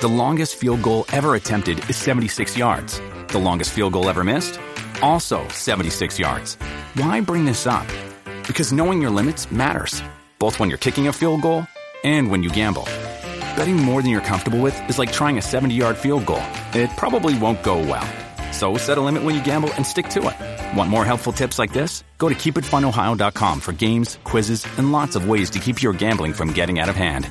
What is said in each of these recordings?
The longest field goal ever attempted is 76 yards. The longest field goal ever missed? Also 76 yards. Why bring this up? Because knowing your limits matters, both when you're kicking a field goal and when you gamble. Betting more than you're comfortable with is like trying a 70-yard field goal. It probably won't go well. So set a limit when you gamble and stick to it. Want more helpful tips like this? Go to keepitfunohio.com for games, quizzes, and lots of ways to keep your gambling from getting out of hand.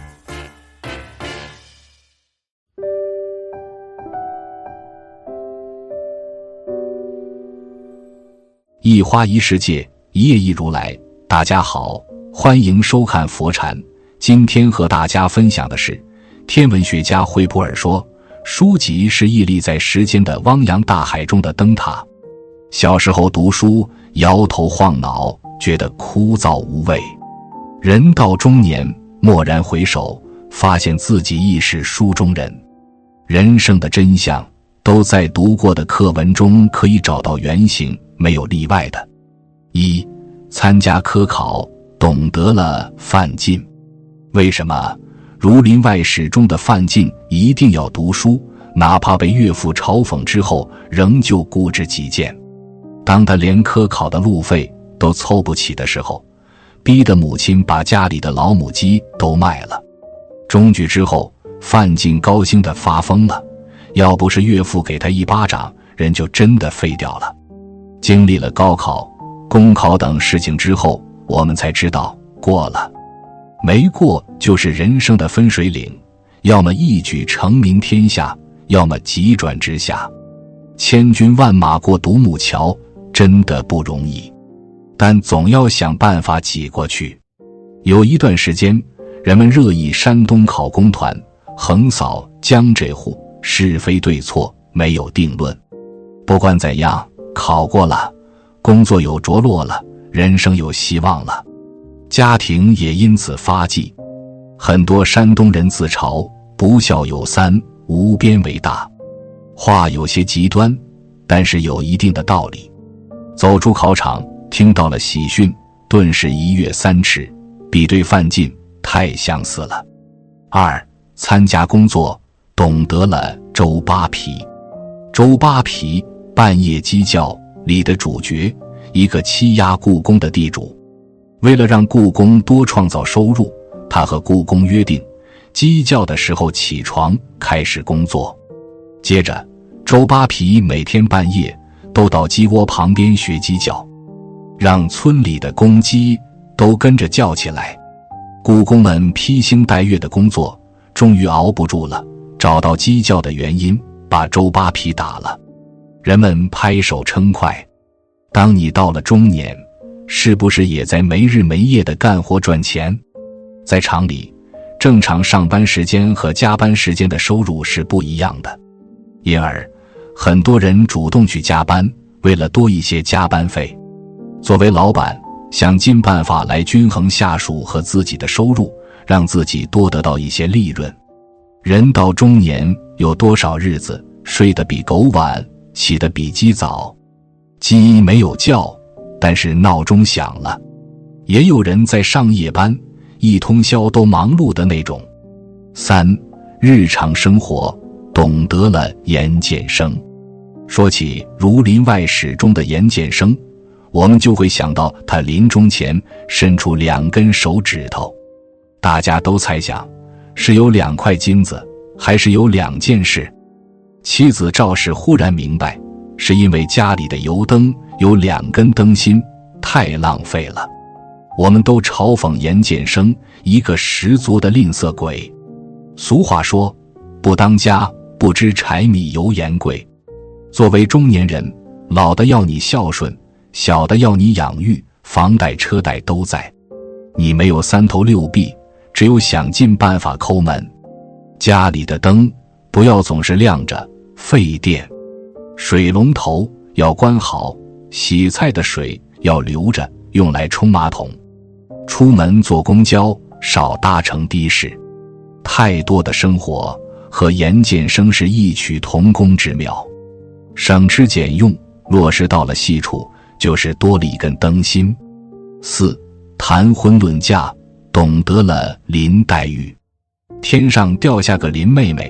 一花一世界，一叶一如来。大家好，欢迎收看佛禅。今天和大家分享的是，天文学家惠普尔说，书籍是屹立在时间的汪洋大海中的灯塔。小时候读书，摇头晃脑，觉得枯燥无味。人到中年，蓦然回首，发现自己亦是书中人。人生的真相都在读过的课文中可以找到原型，没有例外的。一、参加科考，懂得了范进。为什么《儒林外史》中的范进一定要读书，哪怕被岳父嘲讽之后，仍旧固执己见？当他连科考的路费都凑不起的时候，逼得母亲把家里的老母鸡都卖了。中举之后，范进高兴地发疯了，要不是岳父给他一巴掌，人就真的废掉了。经历了高考、公考等事情之后，我们才知道过了，没过就是人生的分水岭，要么一举成名天下，要么急转直下。千军万马过独木桥，真的不容易，但总要想办法挤过去。有一段时间，人们热议山东考公团，横扫江浙沪，是非对错没有定论。不管怎样，考过了，工作有着落了，人生有希望了，家庭也因此发迹。很多山东人自嘲不孝有三，无边为大。话有些极端，但是有一定的道理。走出考场，听到了喜讯，顿时一跃三尺，比对范进太相似了。二、参加工作，懂得了周扒皮。周扒皮，半夜鸡叫里的主角，一个欺压故宫的地主。为了让故宫多创造收入，他和故宫约定，鸡叫的时候起床开始工作。接着，周扒皮每天半夜都到鸡窝旁边学鸡叫，让村里的公鸡都跟着叫起来。故宫们披星戴月的工作，终于熬不住了，找到鸡叫的原因，把周扒皮打了。人们拍手称快。当你到了中年，是不是也在没日没夜的干活赚钱？在厂里，正常上班时间和加班时间的收入是不一样的，因而很多人主动去加班，为了多一些加班费。作为老板，想尽办法来均衡下属和自己的收入，让自己多得到一些利润。人到中年，有多少日子睡得比狗晚，起得比鸡早？鸡没有叫，但是闹钟响了。也有人在上夜班，一通宵都忙碌的那种。三、日常生活，懂得了严建生。说起《儒林外史》中的严建生，我们就会想到他临终前伸出2根手指头。大家都猜想，是有2块金子，还是有2件事？妻子赵氏忽然明白，是因为家里的油灯有2根灯芯，太浪费了。我们都嘲讽严建生一个十足的吝啬鬼。俗话说，不当家不知柴米油盐贵。作为中年人，老的要你孝顺，小的要你养育，房贷车贷都在。你没有3头6臂，只有想尽办法抠门。家里的灯不要总是亮着，费电。水龙头要关好，洗菜的水要留着，用来冲马桶。出门坐公交少搭乘的士。太多的生活和严建生是异曲同工之妙。省吃俭用落实到了细处，就是多了一根灯芯。四、谈婚论嫁，懂得了林黛玉。天上掉下个林妹妹，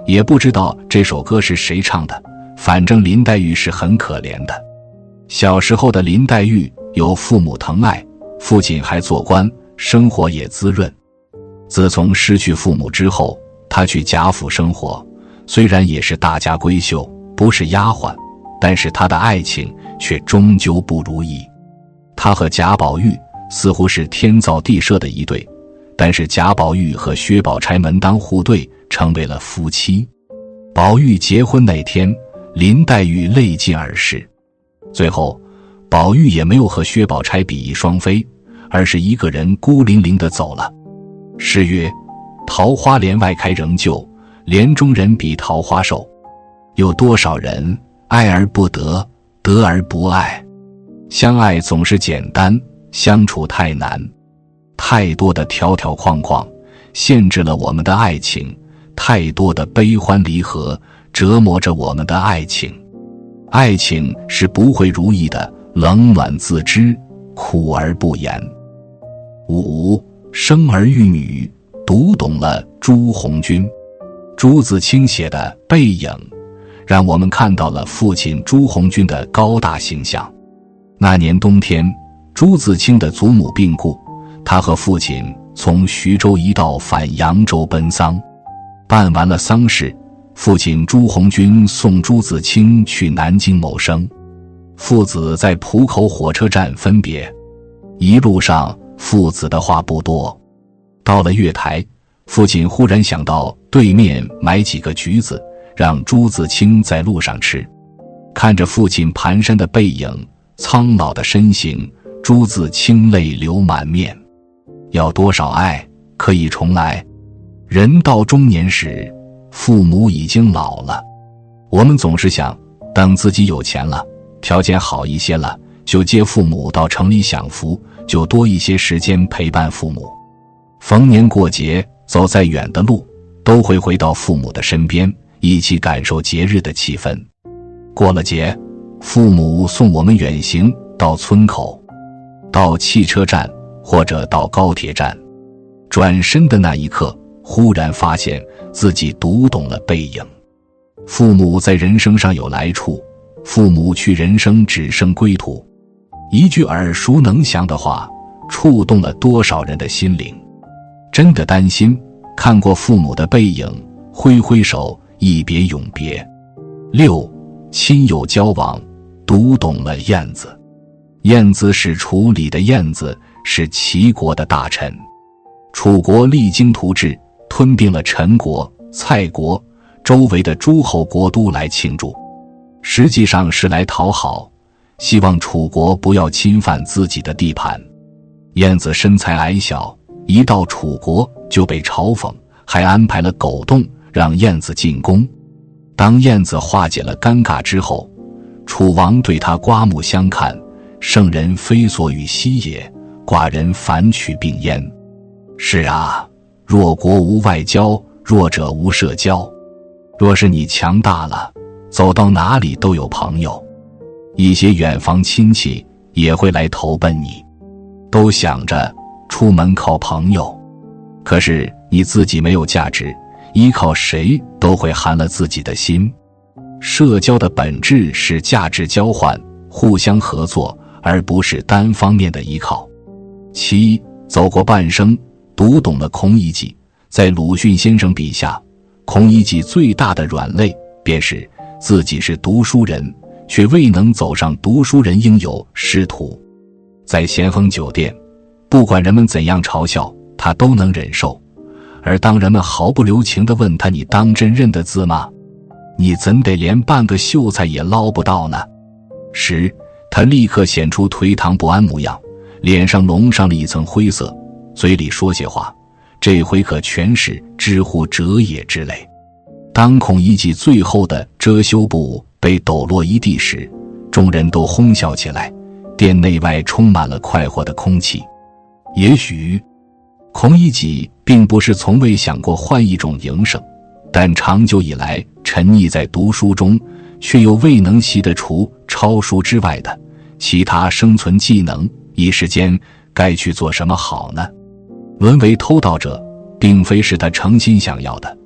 也不知道这首歌是谁唱的，反正林黛玉是很可怜的。小时候的林黛玉有父母疼爱，父亲还做官，生活也滋润。自从失去父母之后，她去贾府生活，虽然也是大家闺秀，不是丫鬟，但是她的爱情却终究不如意。她和贾宝玉似乎是天造地设的一对，但是贾宝玉和薛宝钗门当户对，成为了夫妻。宝玉结婚那天，林黛玉泪尽而逝。最后宝玉也没有和薛宝钗比翼双飞，而是一个人孤零零地走了。诗曰：桃花帘外开仍旧，帘中人比桃花瘦。有多少人爱而不得，得而不爱。相爱总是简单，相处太难。太多的条条框框限制了我们的爱情，太多的悲欢离合折磨着我们的爱情。爱情是不会如意的，冷暖自知，苦而不言。5. 生儿育女，读懂了朱红军。朱自清写的《背影》让我们看到了父亲朱红军的高大形象。那年冬天，朱自清的祖母病故，他和父亲从徐州一道返扬州奔丧。办完了丧事，父亲朱红军送朱自清去南京谋生。父子在浦口火车站分别，一路上父子的话不多。到了月台，父亲忽然想到对面买几个橘子，让朱自清在路上吃。看着父亲蹒跚的背影，苍老的身形，朱自清泪流满面。要多少爱可以重来？人到中年时，父母已经老了。我们总是想，等自己有钱了，条件好一些了，就接父母到城里享福，就多一些时间陪伴父母。逢年过节，走再远的路，都会回到父母的身边，一起感受节日的气氛。过了节，父母送我们远行，到村口，到汽车站，或者到高铁站。转身的那一刻，忽然发现自己读懂了背影。父母在人生上有来处，父母去人生只剩归途。一句耳熟能详的话，触动了多少人的心灵。真的担心看过父母的背影，挥挥手，一别永别。6. 亲友交往，读懂了晏子。晏子是楚里的晏子，是齐国的大臣。楚国励精图治，吞并了陈国、蔡国，周围的诸侯国都来庆祝，实际上是来讨好，希望楚国不要侵犯自己的地盘。晏子身材矮小，一到楚国就被嘲讽，还安排了狗洞让晏子进宫。当晏子化解了尴尬之后，楚王对他刮目相看，圣人非所与兮也，寡人反取病焉。是啊，弱国无外交，弱者无社交。若是你强大了，走到哪里都有朋友，一些远房亲戚也会来投奔你，都想着出门靠朋友。可是你自己没有价值，依靠谁都会寒了自己的心。社交的本质是价值交换，互相合作，而不是单方面的依靠。7. 走过半生，读懂了孔乙己。在鲁迅先生笔下，孔乙己最大的软肋便是自己是读书人，却未能走上读书人应有仕途。在咸丰酒店，不管人们怎样嘲笑，他都能忍受。而当人们毫不留情地问他，你当真认得字吗？你怎得连半个秀才也捞不到呢？时，他立刻显出颓唐不安模样，脸上笼上了一层灰色，嘴里说些话，这回可全是知乎者也之类。当孔乙己最后的遮羞布被抖落一地时，众人都哄笑起来，店内外充满了快活的空气。也许孔乙己并不是从未想过换一种营生，但长久以来沉溺在读书中，却又未能习得除抄书之外的其他生存技能，一时间该去做什么好呢？沦为偷盗者并非是他诚心想要的，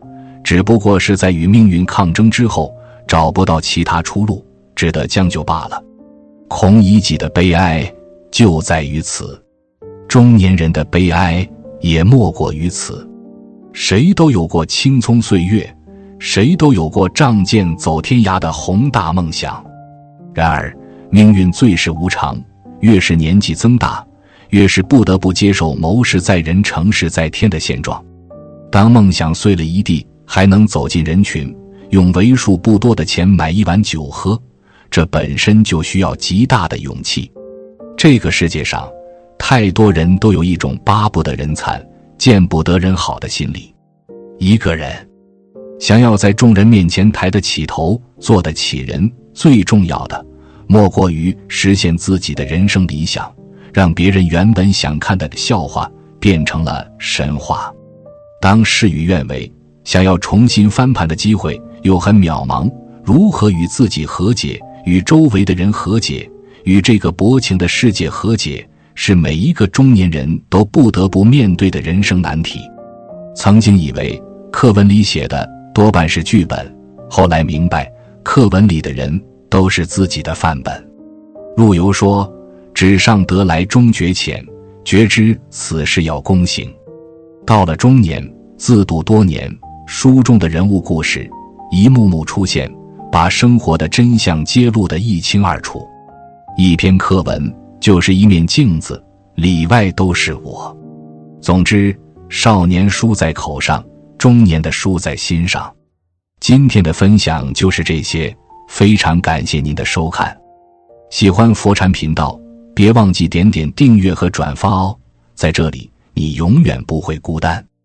只不过是在与命运抗争之后找不到其他出路，只得将就罢了。孔乙己的悲哀就在于此，中年人的悲哀也莫过于此。谁都有过青葱岁月，谁都有过仗剑走天涯的宏大梦想。然而命运最是无常，越是年纪增大，越是不得不接受谋事在人成事在天的现状。当梦想碎了一地，还能走进人群，用为数不多的钱买一碗酒喝，这本身就需要极大的勇气。这个世界上太多人都有一种巴不得人惨见不得人好的心理。一个人想要在众人面前抬得起头做得起人，最重要的莫过于实现自己的人生理想，让别人原本想看的笑话变成了神话。当事与愿违，想要重新翻盘的机会又很渺茫，如何与自己和解，与周围的人和解，与这个薄情的世界和解，是每一个中年人都不得不面对的人生难题。曾经以为课文里写的多半是剧本，后来明白课文里的人都是自己的范本。陆游说，纸上得来终觉浅，觉知此事要躬行。到了中年，自度多年，书中的人物故事一幕幕出现，把生活的真相揭露得一清二楚。一篇课文就是一面镜子，里外都是我。总之，少年书在口上，中年的书在心上。今天的分享就是这些，非常感谢您的收看。喜欢佛禅频道，别忘记点点订阅和转发哦，在这里你永远不会孤单。